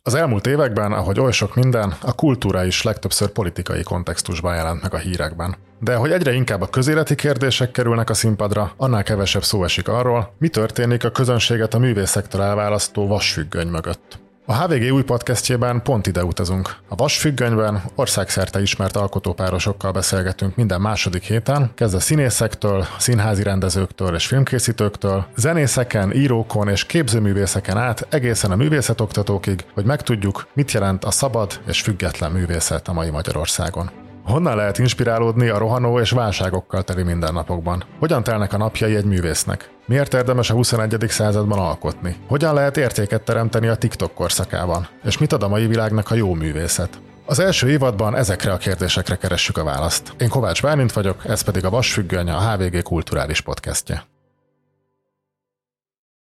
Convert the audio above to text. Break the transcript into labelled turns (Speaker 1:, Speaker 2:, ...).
Speaker 1: Az elmúlt években, ahogy oly sok minden, a kultúra is legtöbbször politikai kontextusban jelent meg a hírekben. De hogy egyre inkább a közéleti kérdések kerülnek a színpadra, annál kevesebb szó esik arról, mi történik a közönséget a művészektől elválasztó vasfüggöny mögött. A HVG új podcastjében pont ide utazunk. A vasfüggönyben országszerte ismert alkotópárosokkal beszélgetünk minden második héten, kezdve színészektől, színházi rendezőktől és filmkészítőktől, zenészeken, írókon és képzőművészeken át egészen a művészetoktatókig, hogy megtudjuk, mit jelent a szabad és független művészet a mai Magyarországon. Honnan lehet inspirálódni a rohanó és válságokkal teli mindennapokban? Hogyan telnek a napjai egy művésznek? Miért érdemes a 21. században alkotni? Hogyan lehet értéket teremteni a TikTok korszakában? És mit ad a mai világnak a jó művészet? Az első évadban ezekre a kérdésekre keressük a választ. Én Kovács Bálint vagyok, ez pedig a Vasfüggöny, a HVG kulturális podcastje.